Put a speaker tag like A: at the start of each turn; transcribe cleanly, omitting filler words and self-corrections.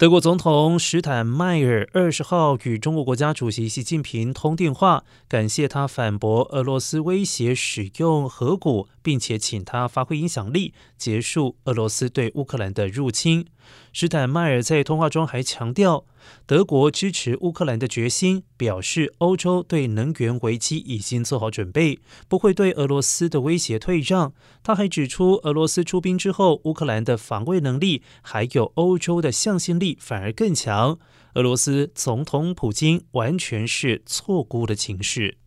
A: 德国总统施坦迈尔20号与中国国家主席习近平通电话，感谢他反驳俄罗斯威胁使用核武，并且请他发挥影响力，结束俄罗斯对乌克兰的入侵。施坦迈尔在通话中还强调，德国支持乌克兰的决心，表示欧洲对能源危机已经做好准备，不会对俄罗斯的威胁退让。他还指出，俄罗斯出兵之后，乌克兰的防卫能力还有欧洲的向心力反而更强。俄罗斯总统普京完全是错估了情势。